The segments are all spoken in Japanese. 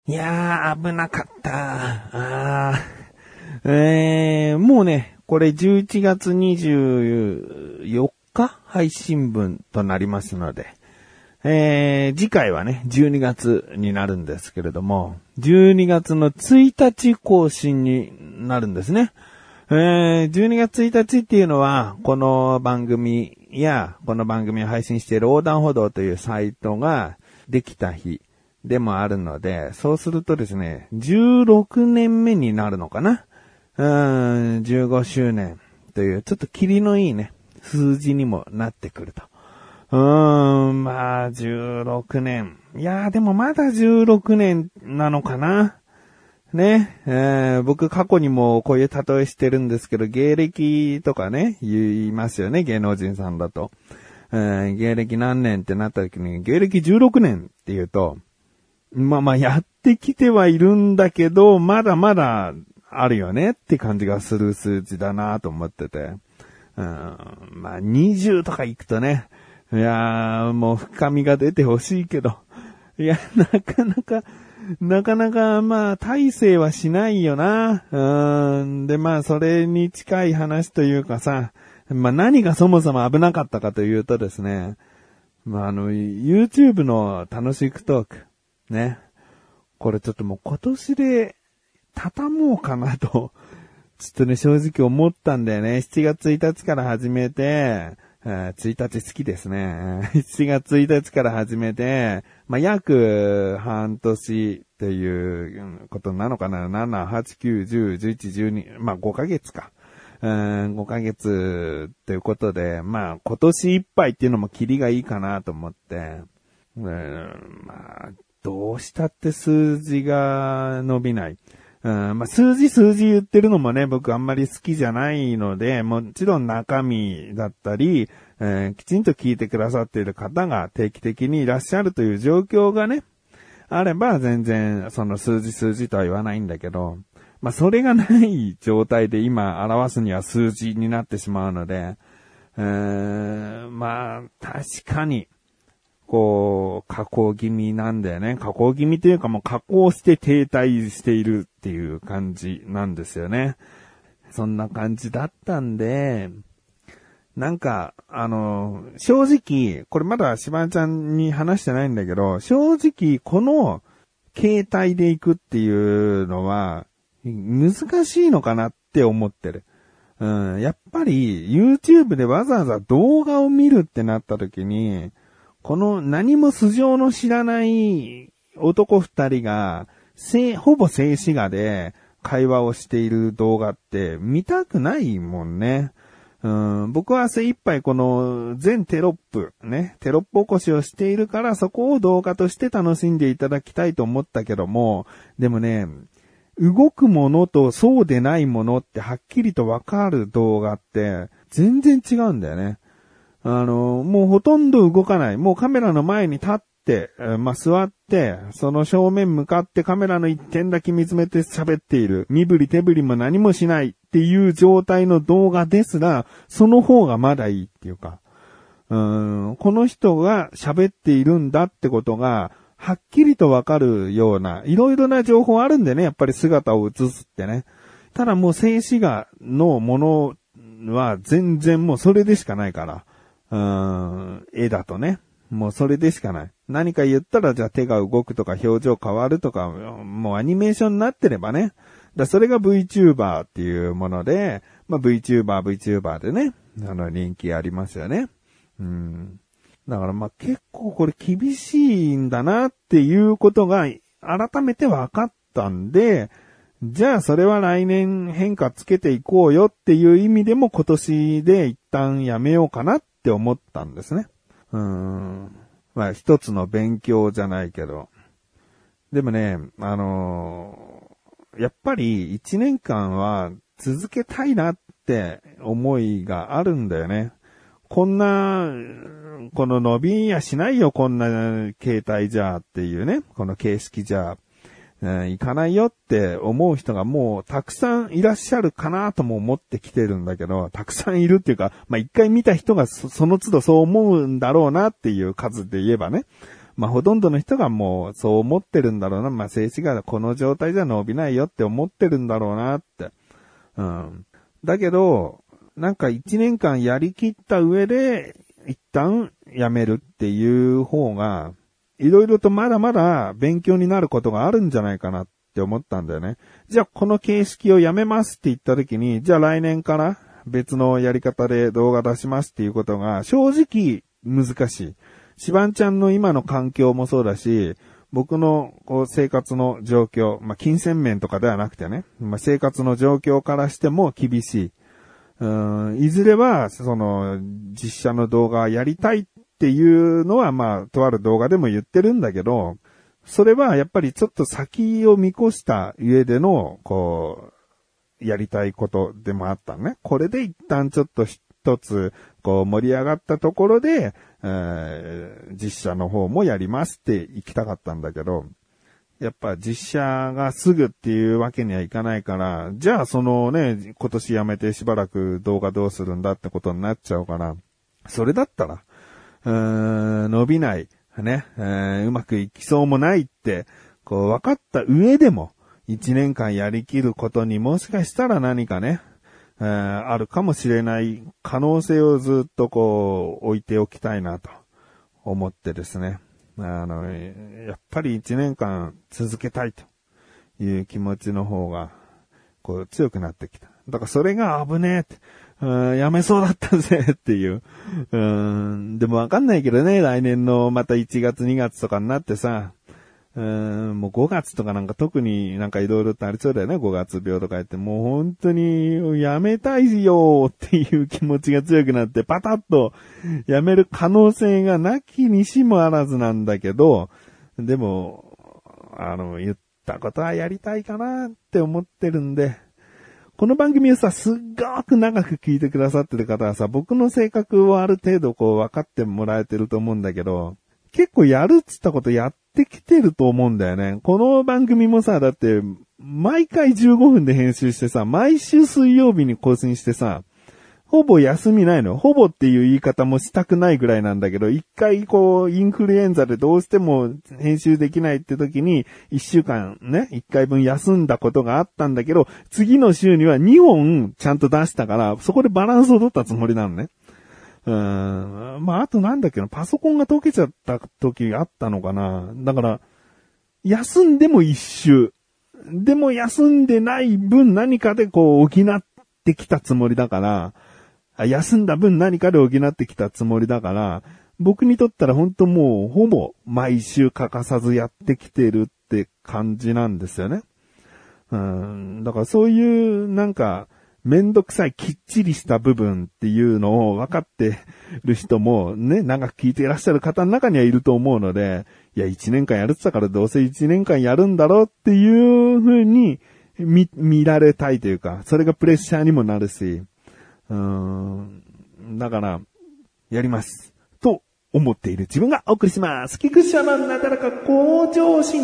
いやー、危なかった。もうね、これ11月24日配信分となりますので、次回はね、12月になるんですけれども、12月の1日更新になるんですね。12月1日っていうのは、この番組や、この番組を配信している横断歩道というサイトができた日でもあるので、そうするとですね、16年目になるのかな？15周年という、ちょっとキリのいいね、数字にもなってくると。まあ、16年。いやー、でもまだ16年なのかなね、僕過去にもこういう例えしてるんですけど、芸歴とかね、言いますよね、芸能人さんだと。芸歴何年ってなった時に、芸歴16年って言うと、まあやってきてはいるんだけど、まだまだあるよねって感じがする数字だなと思ってて。まあ20とか行くとね、いやーもう深みが出てほしいけど、いや、なかなか、まあ、大成はしないよな。で、まあ、それに近い話というかさ、まあ、何がそもそも危なかったかというとですね、まあ、YouTube の楽しくトーク、ね。これちょっともう今年で、畳もうかなと、ちょっとね、正直思ったんだよね。7月1日から始めて、1日好きですね。7月1日から始めて、まあ、約半年っていうことなのかな。7、8、9、10、11、12、まあ、5ヶ月か。5ヶ月っていうことで、まあ、今年いっぱいっていうのもキリがいいかなと思って、まあ、どうしたって数字が伸びない。まあ、数字言ってるのもね、僕あんまり好きじゃないので、もちろん中身だったり、きちんと聞いてくださっている方が定期的にいらっしゃるという状況がね、あれば全然その数字とは言わないんだけど、まあ、それがない状態で今表すには数字になってしまうので、まあ、確かに、こう、加工気味なんだよね。加工気味というかもう加工して停滞しているっていう感じなんですよね。そんな感じだったんで、なんか、正直、これまだしばちゃんに話してないんだけど、正直この形態でいくっていうのは難しいのかなって思ってる。やっぱり YouTube でわざわざ動画を見るってなった時に、この何も素性の知らない男二人が、ほぼ静止画で会話をしている動画って見たくないもんね。僕は精一杯この全テロップ、ね、テロップ起こしをしているからそこを動画として楽しんでいただきたいと思ったけども、でもね、動くものとそうでないものってはっきりとわかる動画って全然違うんだよね。もうほとんど動かない。もうカメラの前に立って、まあ、座って、その正面向かってカメラの一点だけ見つめて喋っている。身振り手振りも何もしないっていう状態の動画ですが、その方がまだいいっていうか、この人が喋っているんだってことが、はっきりとわかるような、いろいろな情報あるんでね、やっぱり姿を映すってね。ただもう静止画のものは全然もうそれでしかないから。絵だとね。もうそれでしかない。何か言ったらじゃあ手が動くとか表情変わるとか、もうアニメーションになってればね。それが VTuber っていうもので、まあ VTuber でね、人気ありますよね。だからまあ結構これ厳しいんだなっていうことが改めて分かったんで、じゃあそれは来年変化つけていこうよっていう意味でも今年で一旦やめようかなって思ったんですね。まあ一つの勉強じゃないけど。でもね、やっぱり一年間は続けたいなって思いがあるんだよね。この伸びやしないよ、こんな形態じゃっていうね、この形式じゃ、いかないよって思う人がもうたくさんいらっしゃるかなとも思ってきてるんだけど、たくさんいるっていうか、まあ、一回見た人がその都度そう思うんだろうなっていう数で言えばね、 ほとんどの人がもうそう思ってるんだろうな。静止画この状態じゃ伸びないよって思ってるんだろうなって。だけど、なんか1年間やりきった上で、一旦やめるっていう方が、いろいろとまだまだ勉強になることがあるんじゃないかなって思ったんだよね。じゃあこの形式をやめますって言った時に、じゃあ来年から別のやり方で動画出しますっていうことが正直難しい。シバンちゃんの今の環境もそうだし、僕の生活の状況、金銭面とかではなくてね、生活の状況からしても厳しい。いずれは、実写の動画をやりたいっていうのは、とある動画でも言ってるんだけど、それはやっぱりちょっと先を見越した上での、やりたいことでもあったね。これで一旦ちょっと一つ、盛り上がったところで、実写の方もやりますって行きたかったんだけど、やっぱ実写がすぐっていうわけにはいかないから、じゃあ今年やめてしばらく動画どうするんだってことになっちゃうから、それだったら、伸びない、ね、うまくいきそうもないって、分かった上でも、1年間やりきることにもしかしたら何かね、あるかもしれない可能性をずっと置いておきたいなと思ってですね。やっぱり1年間続けたいという気持ちの方が、強くなってきた。だからそれが危ねえって、やめそうだったぜっていう。でもわかんないけどね、来年のまた1月2月とかになってさ、もう5月とかなんか特になんかいろいろとありそうだよね、5月病とか言って。もう本当にやめたいよっていう気持ちが強くなってパタッとやめる可能性がなきにしもあらずなんだけど、でも、言ったことはやりたいかなって思ってるんで、この番組をさ、すっごく長く聞いてくださってる方はさ、僕の性格をある程度分かってもらえてると思うんだけど、結構やるっつったことやってきてると思うんだよね。この番組もさ、だって、毎回15分で編集してさ、毎週水曜日に更新してさ、ほぼ休みないの。ほぼっていう言い方もしたくないぐらいなんだけど、一回インフルエンザでどうしても編集できないって時に、1週間ね、1回分休んだことがあったんだけど、次の週には2本ちゃんと出したから、そこでバランスを取ったつもりなのね。あとなんだっけな、パソコンが溶けちゃった時あったのかな。だから、休んでも1週。でも休んでない分何かで補ってきたつもりだから、休んだ分何かで補ってきたつもりだから、僕にとったら本当もうほぼ毎週欠かさずやってきてるって感じなんですよね。だからそういうなんかめんどくさいきっちりした部分っていうのを分かってる人もね、長く聞いていらっしゃる方の中にはいると思うので、いや1年間やるって言ったからどうせ1年間やるんだろうっていう風に見られたいというか、それがプレッシャーにもなるし、だから、やります。と思っている自分がお送りします。菊池のなだらか向上心。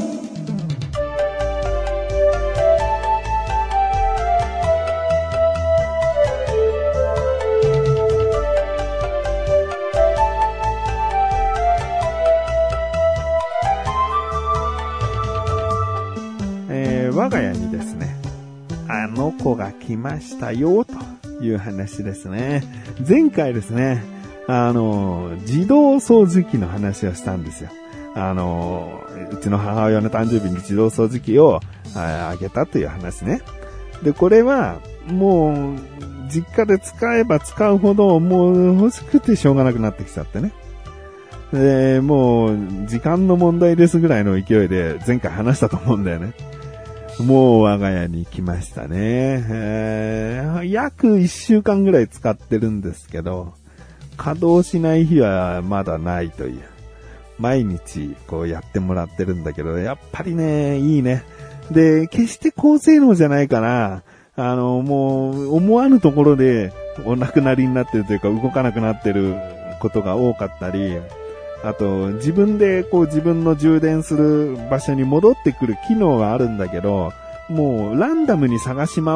我が家にですね、あの子が来ましたよという話ですね。前回ですね、自動掃除機の話をしたんですよ。うちの母親の誕生日に自動掃除機をあげたという話ね。で、これはもう実家で使えば使うほどもう欲しくてしょうがなくなってきちゃってね。で、もう時間の問題ですぐらいの勢いで前回話したと思うんだよね。もう我が家に来ましたね。約1週間ぐらい使ってるんですけど、稼働しない日はまだないという。毎日やってもらってるんだけど、やっぱりね、いいね。で、決して高性能じゃないから、もう思わぬところでお亡くなりになってるというか動かなくなってることが多かったり、あと、自分で自分の充電する場所に戻ってくる機能はあるんだけど、もうランダムに探し回っ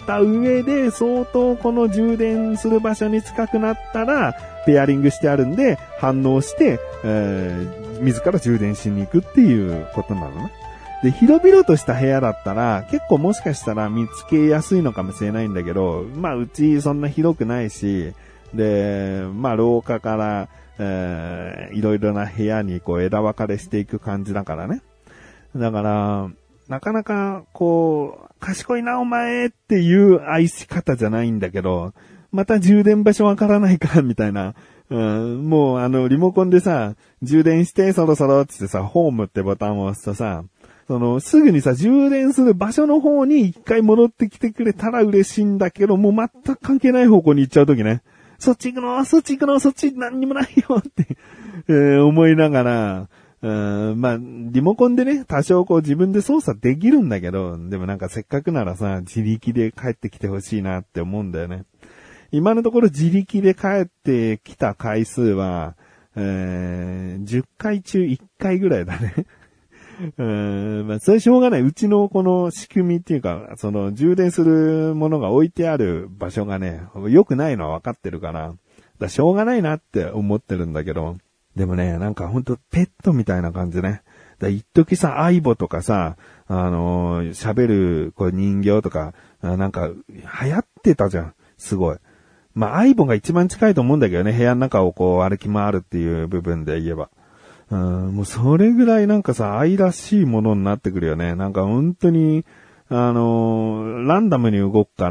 った上で、相当この充電する場所に近くなったら、ペアリングしてあるんで、反応して、自ら充電しに行くっていうことなのね。で、広々とした部屋だったら、結構もしかしたら見つけやすいのかもしれないんだけど、まあ、うちそんな広くないし、で、まあ、廊下から、いろいろな部屋にこう枝分かれしていく感じだからね。だから、なかなか、こう、賢いなお前っていう愛し方じゃないんだけど、また充電場所わからないか、みたいな。もうリモコンでさ、充電してそろそろってさ、ホームってボタンを押すとさ、すぐにさ、充電する場所の方に一回戻ってきてくれたら嬉しいんだけど、もう全く関係ない方向に行っちゃうときね。そっち行くの、そっち何にもないよって、思いながら、まあ、リモコンでね、多少こう自分で操作できるんだけど、でもなんかせっかくならさ、自力で帰ってきてほしいなって思うんだよね。今のところ自力で帰ってきた回数は、10回中1回ぐらいだね。まあ、それしょうがない。うちのこの仕組みっていうか、充電するものが置いてある場所がね、良くないのは分かってるから、しょうがないなって思ってるんだけど、でもね、なんかほんとペットみたいな感じね。一時さ、アイボとかさ、喋るこう人形とか、なんか流行ってたじゃん。すごい。まあ、アイボが一番近いと思うんだけどね、部屋の中をこう歩き回るっていう部分で言えば。もうそれぐらいなんかさ、愛らしいものになってくるよね。なんか本当に、ランダムに動くから、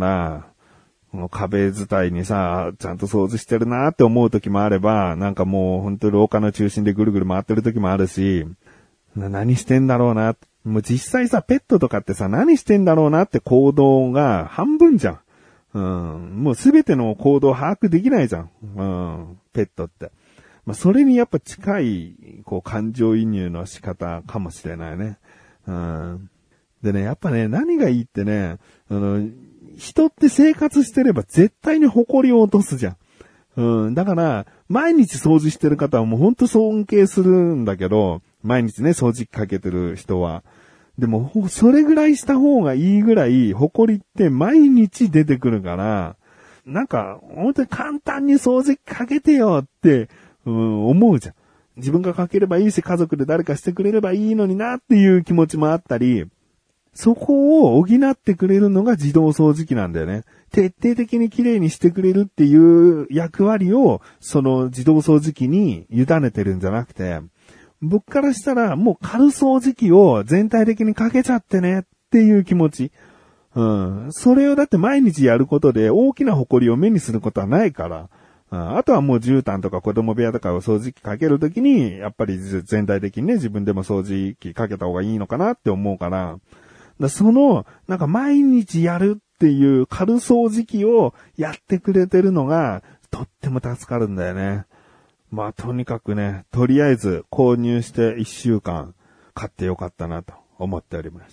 壁伝いにさ、ちゃんと掃除してるなって思う時もあれば、なんかもう本当に廊下の中心でぐるぐる回ってる時もあるし、何してんだろうな。もう実際さ、ペットとかってさ、何してんだろうなって行動が半分じゃん。もうすべての行動を把握できないじゃん。ペットって。まあ、それにやっぱ近い、こう、感情移入の仕方かもしれないね。でね、やっぱね、何がいいってね、人って生活してれば絶対に埃を落とすじゃん。だから、毎日掃除してる方はもうほんと尊敬するんだけど、毎日ね、掃除機かけてる人は。でも、それぐらいした方がいいぐらい、埃って毎日出てくるから、なんか、本当に簡単に掃除機かけてよって、思うじゃん。自分がかければいいし、家族で誰かしてくれればいいのになっていう気持ちもあったり、そこを補ってくれるのが自動掃除機なんだよね。徹底的に綺麗にしてくれるっていう役割を、その自動掃除機に委ねてるんじゃなくて、僕からしたらもう軽掃除機を全体的にかけちゃってねっていう気持ち。それをだって毎日やることで大きな埃を目にすることはないから、あとはもう絨毯とか子供部屋とかを掃除機かけるときに、やっぱり全体的にね、自分でも掃除機かけた方がいいのかなって思うから、なんか毎日やるっていう軽掃除機をやってくれてるのが、とっても助かるんだよね。まあとにかくね、とりあえず購入して1週間買ってよかったなと思っております。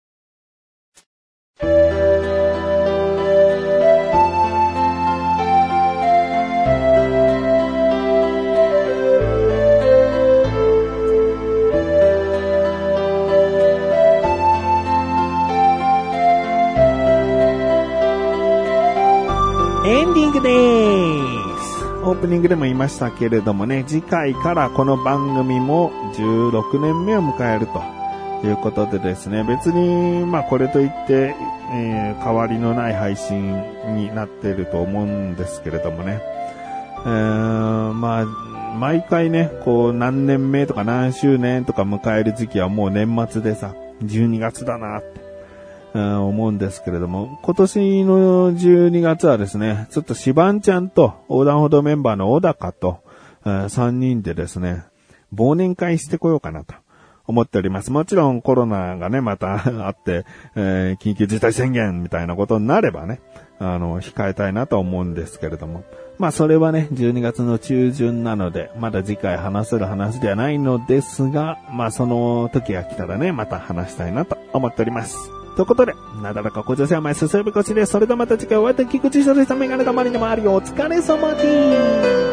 エンディングでーす。オープニングでも言いましたけれどもね、次回からこの番組も16年目を迎えるということでですね、別にまあこれといって、変わりのない配信になっていると思うんですけれどもね、まあ毎回ね、こう何年目とか何周年とか迎える時期はもう年末でさ、12月だなって思うんですけれども、今年の12月はですね、ちょっとシバンちゃんと横断歩道メンバーの小高と3人でですね、忘年会してこようかなと思っております。もちろんコロナがね、またあって、緊急事態宣言みたいなことになればね、控えたいなと思うんですけれども、まあそれはね、12月の中旬なので、まだ次回話せる話ではないのですが、まあその時が来たらね、また話したいなと思っております。ということで、なだらか向上心甘いすすべこしです。それではまた次回お会いできくちしょでした。メガネたまりでもあるよ。お疲れ様です。